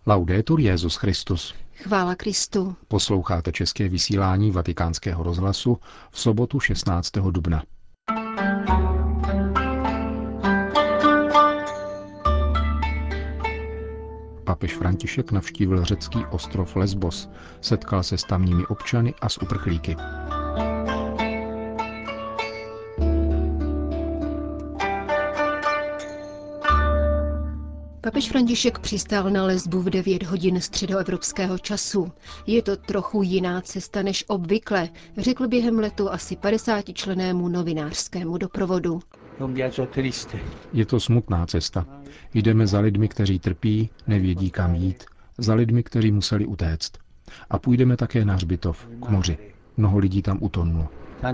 Laudetur Jesus Christus. Chvála Kristu. Posloucháte české vysílání Vatikánského rozhlasu v sobotu 16. dubna. Papež František navštívil řecký ostrov Lesbos, setkal se s tamními občany a s uprchlíky. Papež František přistál na Lesbu v 9 hodin středoevropského času. Je to trochu jiná cesta než obvykle, řekl během letu asi 50člennému novinářskému doprovodu. Je to smutná cesta. Jdeme za lidmi, kteří trpí, nevědí kam jít, za lidmi, kteří museli utéct. A půjdeme také na hřbitov, k moři. Mnoho lidí tam utonulo.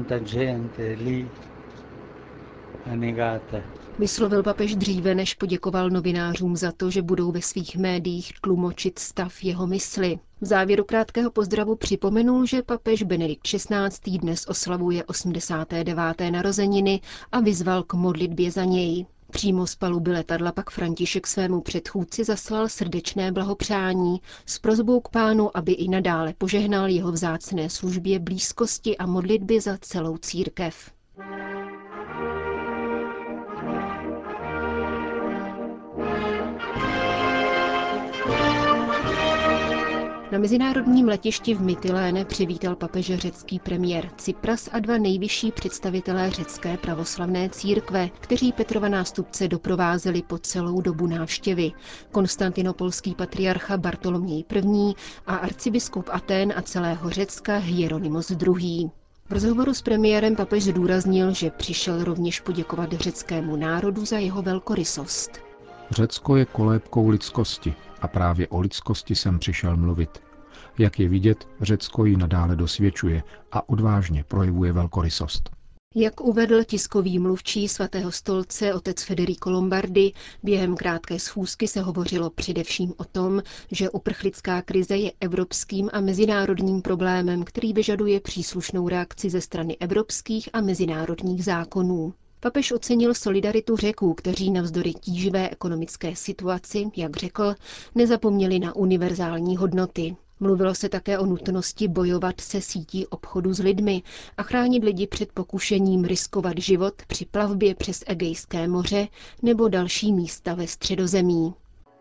Vyslovil papež dříve, než poděkoval novinářům za to, že budou ve svých médiích tlumočit stav jeho mysli. V závěru krátkého pozdravu připomenul, že papež Benedikt XVI. Dnes oslavuje 89. narozeniny a vyzval k modlitbě za něj. Přímo z paluby letadla pak František svému předchůdci zaslal srdečné blahopřání s prosbou k Pánu, aby i nadále požehnal jeho vzácné službě blízkosti a modlitby za celou církev. Na mezinárodním letišti v Mytiléne přivítal papeže řecký premiér Cypras a 2 nejvyšší představitelé řecké pravoslavné církve, kteří Petrova nástupce doprovázeli po celou dobu návštěvy. Konstantinopolský patriarcha Bartoloměj I. a arcibiskup Atén a celého Řecka Hieronymos II. V rozhovoru s premiérem papež zdůraznil, že přišel rovněž poděkovat řeckému národu za jeho velkorysost. Řecko je kolébkou lidskosti a právě o lidskosti jsem přišel mluvit. Jak je vidět, Řecko ji nadále dosvědčuje a odvážně projevuje velkorysost. Jak uvedl tiskový mluvčí Svatého stolce otec Federico Lombardi, během krátké schůzky se hovořilo především o tom, že uprchlická krize je evropským a mezinárodním problémem, který vyžaduje příslušnou reakci ze strany evropských a mezinárodních zákonů. Papež ocenil solidaritu Řeků, kteří navzdory tíživé ekonomické situaci, jak řekl, nezapomněli na univerzální hodnoty. Mluvilo se také o nutnosti bojovat se sítí obchodu s lidmi a chránit lidi před pokušením riskovat život při plavbě přes Egejské moře nebo další místa ve Středozemí.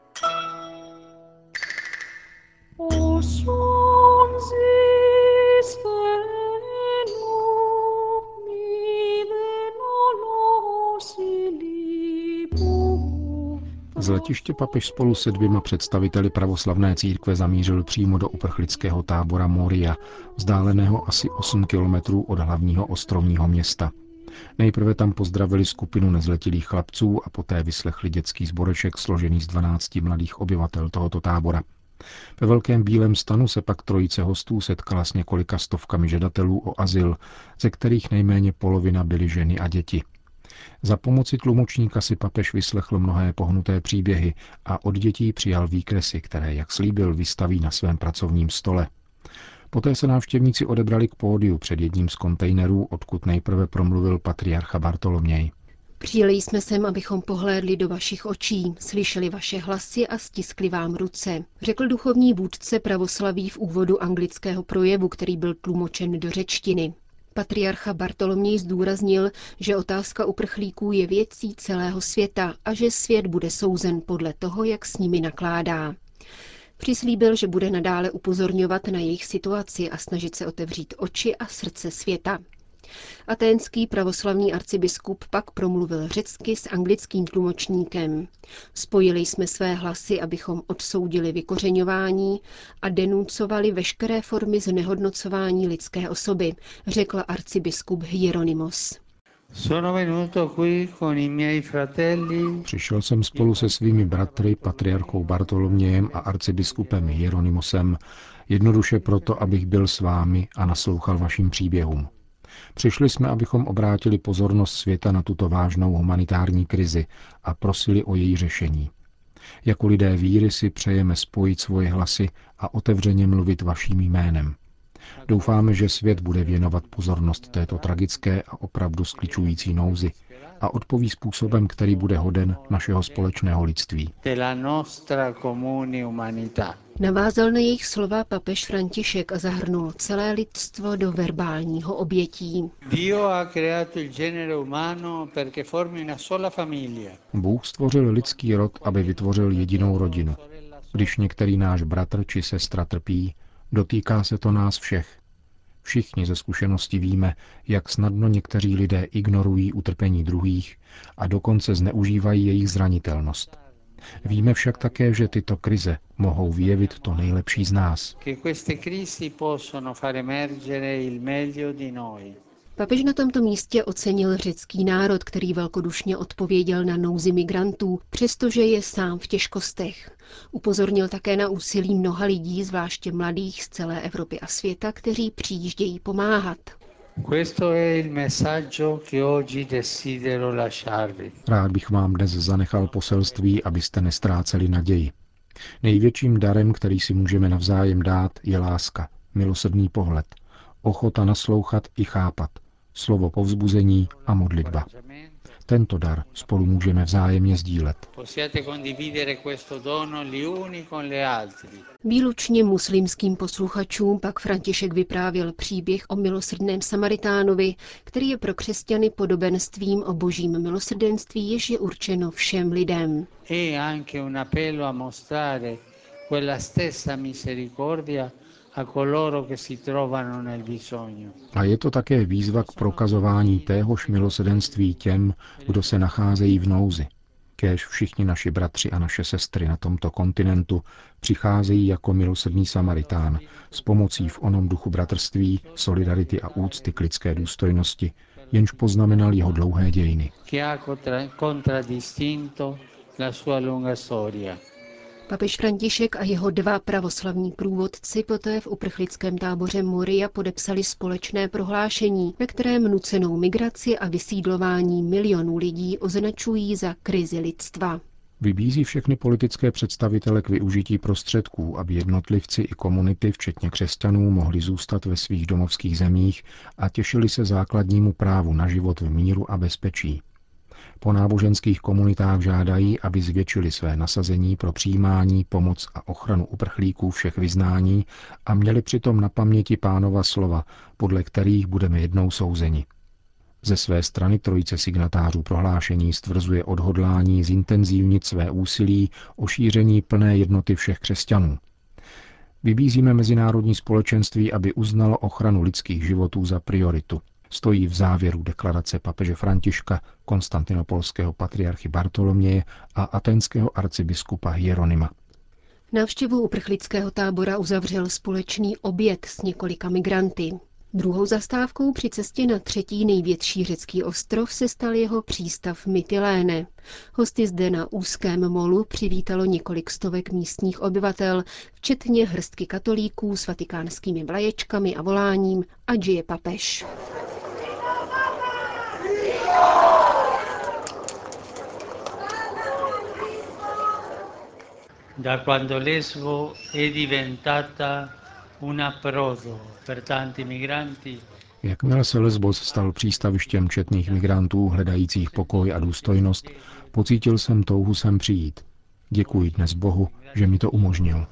Z letiště papež spolu se 2 představiteli pravoslavné církve zamířil přímo do uprchlického tábora Moria, vzdáleného asi 8 kilometrů od hlavního ostrovního města. Nejprve tam pozdravili skupinu nezletilých chlapců a poté vyslechli dětský sboreček složený z 12 mladých obyvatel tohoto tábora. Ve velkém bílém stanu se pak trojice hostů setkala s několika stovkami žadatelů o azyl, ze kterých nejméně polovina byly ženy a děti. Za pomoci tlumočníka si papež vyslechl mnohé pohnuté příběhy a od dětí přijal výkresy, které, jak slíbil, vystaví na svém pracovním stole. Poté se návštěvníci odebrali k pódiu před jedním z kontejnerů, odkud nejprve promluvil patriarcha Bartoloměj. Přijeli jsme sem, abychom pohlédli do vašich očí, slyšeli vaše hlasy a stiskli vám ruce, řekl duchovní vůdce pravoslaví v úvodu anglického projevu, který byl tlumočen do řečtiny. Patriarcha Bartoloměj zdůraznil, že otázka uprchlíků je věcí celého světa a že svět bude souzen podle toho, jak s nimi nakládá. Přislíbil, že bude nadále upozorňovat na jejich situaci a snažit se otevřít oči a srdce světa. Aténský pravoslavný arcibiskup pak promluvil řecky s anglickým tlumočníkem. Spojili jsme své hlasy, abychom odsoudili vykořeňování a denuncovali veškeré formy znehodnocování lidské osoby, řekl arcibiskup Hieronymos. Přišel jsem spolu se svými bratry, patriarchou Bartolomějem a arcibiskupem Hieronymosem, jednoduše proto, abych byl s vámi a naslouchal vašim příběhům. Přišli jsme, abychom obrátili pozornost světa na tuto vážnou humanitární krizi a prosili o její řešení. Jako lidé víry si přejeme spojit svoje hlasy a otevřeně mluvit vaším jménem. Doufáme, že svět bude věnovat pozornost této tragické a opravdu skličující nouzi a odpoví způsobem, který bude hoden našeho společného lidství. Navázal na jejich slova papež František a zahrnul celé lidstvo do verbálního obětí. Bůh stvořil lidský rod, aby vytvořil jedinou rodinu. Když některý náš bratr či sestra trpí, dotýká se to nás všech. Všichni ze zkušenosti víme, jak snadno někteří lidé ignorují utrpení druhých a dokonce zneužívají jejich zranitelnost. Víme však také, že tyto krize mohou vyjevit to nejlepší z nás. Papež na tomto místě ocenil řecký národ, který velkodušně odpověděl na nouzi migrantů, přestože je sám v těžkostech. Upozornil také na úsilí mnoha lidí, zvláště mladých z celé Evropy a světa, kteří přijíždějí pomáhat. Rád bych vám dnes zanechal poselství, abyste nestráceli naději. Největším darem, který si můžeme navzájem dát, je láska, milosrdný pohled, ochota naslouchat i chápat, slovo povzbuzení a modlitba. Tento dar spolu můžeme vzájemně sdílet. Výlučně muslimským posluchačům pak František vyprávěl příběh o milosrdném Samaritánovi, který je pro křesťany podobenstvím o božím milosrdenství, jež je určeno všem lidem. A je to také výzva k prokazování téhož milosrdenství těm, kdo se nacházejí v nouzi. Kéž všichni naši bratři a naše sestry na tomto kontinentu přicházejí jako milosrdný Samaritán s pomocí v onom duchu bratrství, solidarity a úcty k lidské důstojnosti, jenž poznamenal jeho dlouhé dějiny. Papež František a jeho dva pravoslavní průvodci poté v uprchlickém táboře Moria podepsali společné prohlášení, ve kterém nucenou migraci a vysídlování milionů lidí označují za krizi lidstva. Vybízí všechny politické představitele k využití prostředků, aby jednotlivci i komunity, včetně křesťanů, mohli zůstat ve svých domovských zemích a těšili se základnímu právu na život v míru a bezpečí. Po náboženských komunitách žádají, aby zvětšili své nasazení pro přijímání, pomoc a ochranu uprchlíků všech vyznání a měli přitom na paměti Pánova slova, podle kterých budeme jednou souzeni. Ze své strany trojice signatářů prohlášení stvrzuje odhodlání zintenzívnit své úsilí o šíření plné jednoty všech křesťanů. Vybízíme mezinárodní společenství, aby uznalo ochranu lidských životů za prioritu. Stojí v závěru deklarace papeže Františka, konstantinopolského patriarchy Bartoloměje a aténského arcibiskupa Hieronyma. Návštěvu uprchlického tábora uzavřel společný oběd s několika migranty. Druhou zastávkou při cestě na třetí největší řecký ostrov se stal jeho přístav Mytiléne. Hosty zde na úzkém molu přivítalo několik stovek místních obyvatel, včetně hrstky katolíků s vatikánskými vlaječkami a voláním ať žije papež. Da quando Lesbo è diventata un approdo per tanti migranti. Jakmile se Lesbos stal přístavištěm četných migrantů hledajících pokoj a důstojnost, pocítil jsem touhu sem přijít. Děkuji dnes Bohu, že mi to umožnil.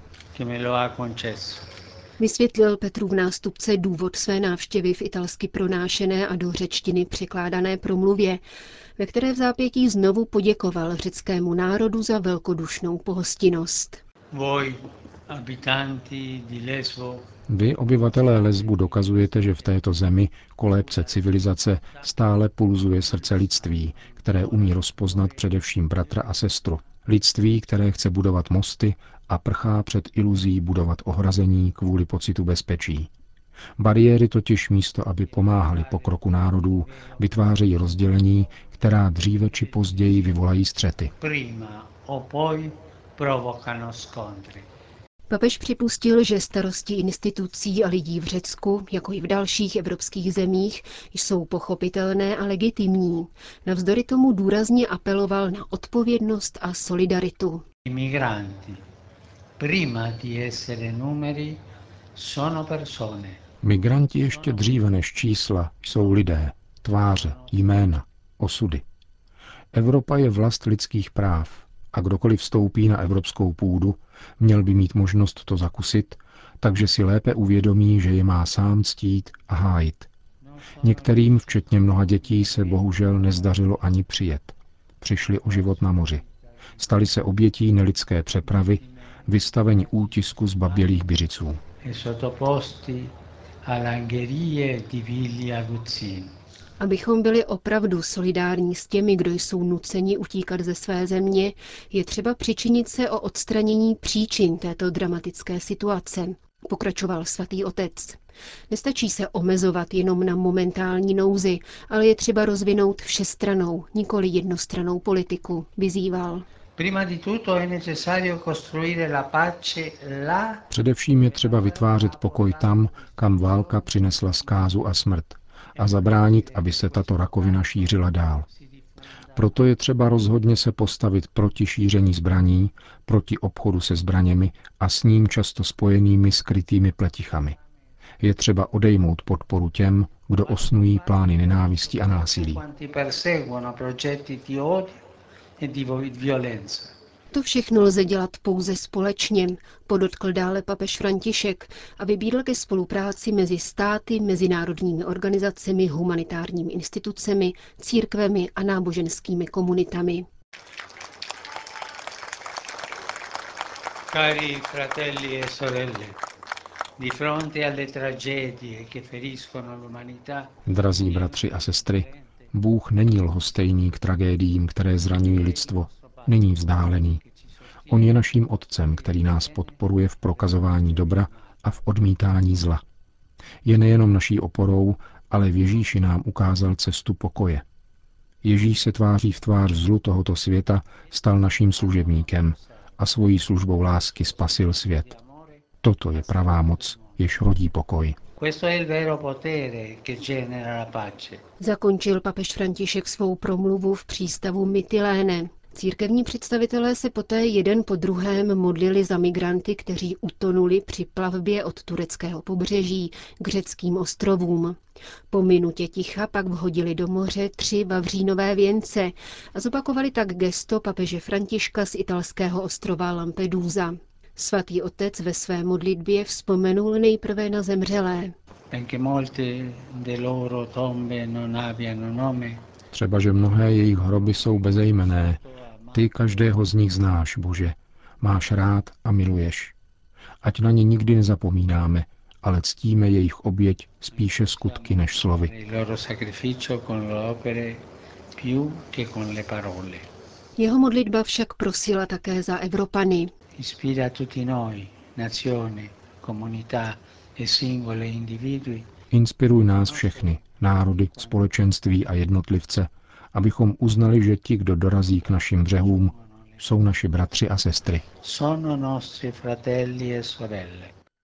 Vysvětlil Petrův nástupce důvod své návštěvy v italsky pronášené a do řečtiny překládané promluvě, ve které v zápětí znovu poděkoval řeckému národu za velkodušnou pohostinnost. Vy, obyvatelé Lesbu, dokazujete, že v této zemi, kolébce civilizace, stále pulzuje srdce lidství, které umí rozpoznat především bratra a sestru. Lidství, které chce budovat mosty a prchá před iluzí budovat ohrazení kvůli pocitu bezpečí. Bariéry totiž místo, aby pomáhaly pokroku národů, vytvářejí rozdělení, která dříve či později vyvolají střety. Papež připustil, že starosti institucí a lidí v Řecku, jako i v dalších evropských zemích, jsou pochopitelné a legitimní. Navzdory tomu důrazně apeloval na odpovědnost a solidaritu. Migranti, prima di essere numeri, sono persone. Migranti ještě dříve než čísla jsou lidé, tváře, jména, osudy. Evropa je vlast lidských práv a kdokoliv vstoupí na evropskou půdu, měl by mít možnost to zakusit, takže si lépe uvědomí, že je má sám ctít a hájit. Některým, včetně mnoha dětí, se bohužel nezdařilo ani přijet. Přišli o život na moři. Stali se obětí nelidské přepravy, vystaveni útisku zbabělých byřiců. Abychom byli opravdu solidární s těmi, kdo jsou nuceni utíkat ze své země, je třeba přičinit se o odstranění příčin této dramatické situace, pokračoval svatý otec. Nestačí se omezovat jenom na momentální nouzi, ale je třeba rozvinout všestrannou, nikoli jednostrannou politiku, vyzýval. Především je třeba vytvářet pokoj tam, kam válka přinesla zkázu a smrt, a zabránit, aby se tato rakovina šířila dál. Proto je třeba rozhodně se postavit proti šíření zbraní, proti obchodu se zbraněmi a s ním často spojenými skrytými pletichami. Je třeba odejmout podporu těm, kdo osnují plány nenávisti a násilí. To všechno lze dělat pouze společně, podotkl dále papež František a vybídl ke spolupráci mezi státy, mezinárodními organizacemi, humanitárními institucemi, církvemi a náboženskými komunitami. Cari fratelli e sorelle, di fronte alle tragedie che feriscono l'umanità. Drazí bratři a sestry, Bůh není lhostejný k tragédiím, které zraňují lidstvo, není vzdálený. On je naším Otcem, který nás podporuje v prokazování dobra a v odmítání zla. Je nejenom naší oporou, ale v Ježíši nám ukázal cestu pokoje. Ježíš se tváří v tvář zlu tohoto světa, stal naším služebníkem a svojí službou lásky spasil svět. Toto je pravá moc, jež rodí pokoj. Zakončil papež František svou promluvu v přístavu Mytiléne. Církevní představitelé se poté jeden po druhém modlili za migranty, kteří utonuli při plavbě od tureckého pobřeží k řeckým ostrovům. Po minutě ticha pak vhodili do moře 3 vavřínové věnce a zopakovali tak gesto papeže Františka z italského ostrova Lampedusa. Svatý otec ve své modlitbě vzpomenul nejprve na zemřelé. Třeba, že mnohé jejich hroby jsou bezejmenné. Ty každého z nich znáš, Bože. Máš rád a miluješ. Ať na ně nikdy nezapomínáme, ale ctíme jejich oběť spíše skutky než slovy. Jeho modlitba však prosila také za Evropany. Inspiruj nás všechny, národy, společenství a jednotlivce, abychom uznali, že ti, kdo dorazí k našim břehům, jsou naši bratři a sestry. Sono nostri fratelli e sorelle.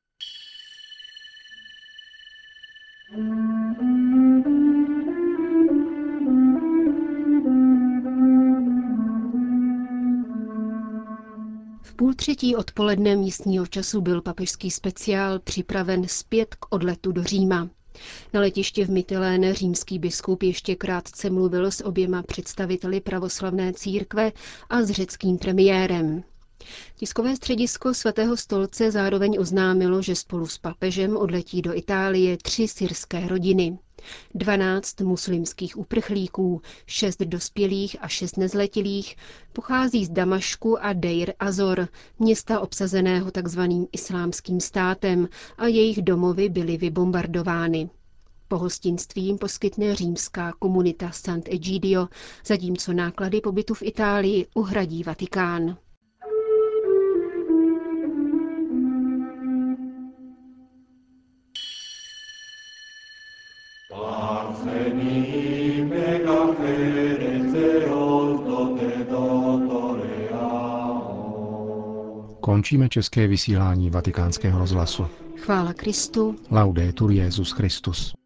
V 2:30 odpoledne místního času byl papežský speciál připraven zpět k odletu do Říma. Na letišti v Mytiléne římský biskup ještě krátce mluvil s oběma představiteli pravoslavné církve a s řeckým premiérem. Tiskové středisko Svatého stolce zároveň oznámilo, že spolu s papežem odletí do Itálie 3 syrské rodiny. 12 muslimských uprchlíků, 6 dospělých a 6 nezletilých, pochází z Damašku a Deir Azor, města obsazeného tzv. Islámským státem, a jejich domovy byly vybombardovány. Pohostinství jim poskytne římská komunita Sant'Egidio, zatímco náklady pobytu v Itálii uhradí Vatikán. Končíme české vysílání Vatikánského rozhlasu. Chvála Kristu. Laudetur Jesus Christus.